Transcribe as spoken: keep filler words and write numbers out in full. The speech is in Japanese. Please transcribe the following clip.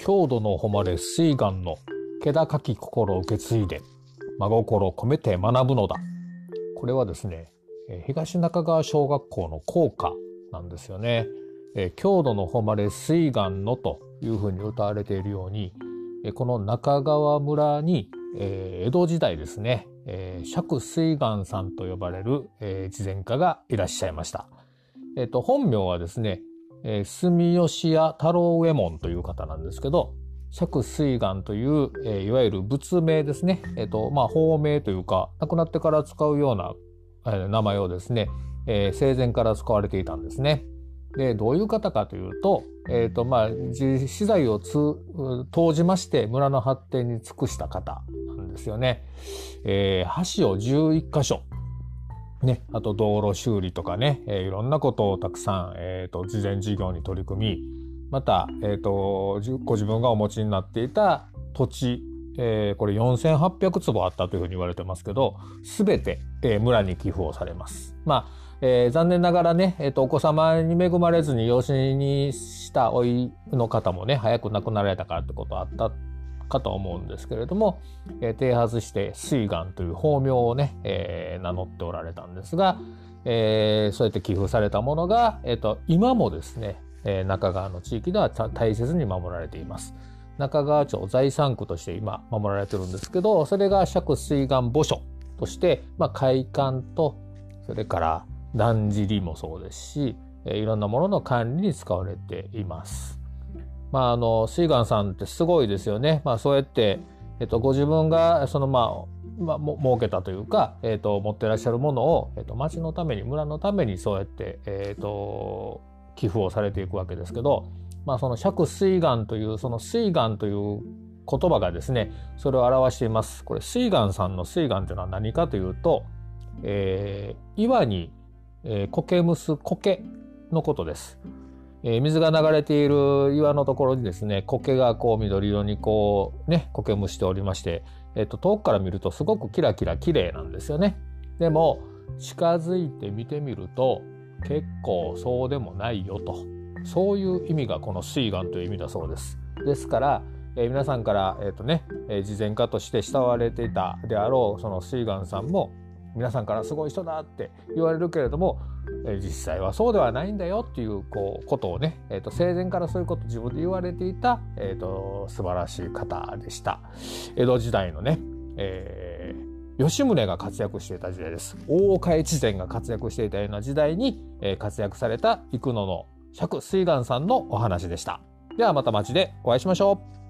郷土の誉れ水岸の気高き心を受け継いで真心込めて学ぶのだ。これはですね、東中川小学校の校歌なんですよね。郷土の誉れ水岸のというふうに歌われているように、この中川村に江戸時代ですね、釈水岸さんと呼ばれる慈善家がいらっしゃいました。えっと、本名はですね、住吉屋太郎右衛門という方なんですけど、釈水岸という、えー、いわゆる仏名ですね、えっと、まあ、法名というか、亡くなってから使うような、えー、名前をですね、えー、生前から使われていたんですね。で、どういう方かというと、えっと、まあ、私財をつ投じまして村の発展に尽くした方なんですよね。えー、橋をじゅういっかしょ、ね、あと道路修理とかね、えー、いろんなことをたくさん、えーと、慈善事業に取り組み、また、えーと、ご自分がお持ちになっていた土地、えー、これよんせんはっぴゃくつぼあったというふうに言われてますけど、すべて、えー、村に寄付をされます。まあ、えー、残念ながらね、えーと、お子様に恵まれずに養子にしたおいの方もね、早く亡くなられたからってことはあったかと思うんですけれども、えー、剃髪して水岸という法名をね、えー、名乗っておられたんですが、えー、そうやって寄付されたものが、えーと、今もですね、えー、中川の地域では大切に守られています。中川町財産区として今守られてるんですけど、それが釈水岸墓所として、まあ、会館とそれからだんじりもそうですし、えー、いろんなものの管理に使われています。まあ、あの水岸さんってすごいですよね。まあ、そうやって、えっと、ご自分がそのまあ、まあ、も儲けたというか、えっと、持ってらっしゃるものを、えっと、町のために村のためにそうやって、えっと、寄付をされていくわけですけど、まあ、その釈水岸というその水岸という言葉がですね、それを表しています。これ水岸さんの水岸というのは何かというと、えー、岩に、えー、苔むす苔のことです。えー、水が流れている岩のところにですね、苔がこう緑色にこうね、苔むしておりまして、えっと、遠くから見るとすごくキラキラ綺麗なんですよね。でも近づいて見てみると結構そうでもないよと、そういう意味がこの水岸という意味だそうです。ですから、えー、皆さんから、えーとね、えー、慈善家として慕われていたであろうその水岸さんも皆さんからすごい人だって言われるけれども、えー、実際はそうではないんだよっていう、こうことをね、えーと生前からそういうことを自分で言われていた、えーと素晴らしい方でした。江戸時代のね、えー、吉宗が活躍していた時代です。大岡越前が活躍していたような時代に、えー、活躍された生野の釈水岸さんのお話でした。ではまた街でお会いしましょう。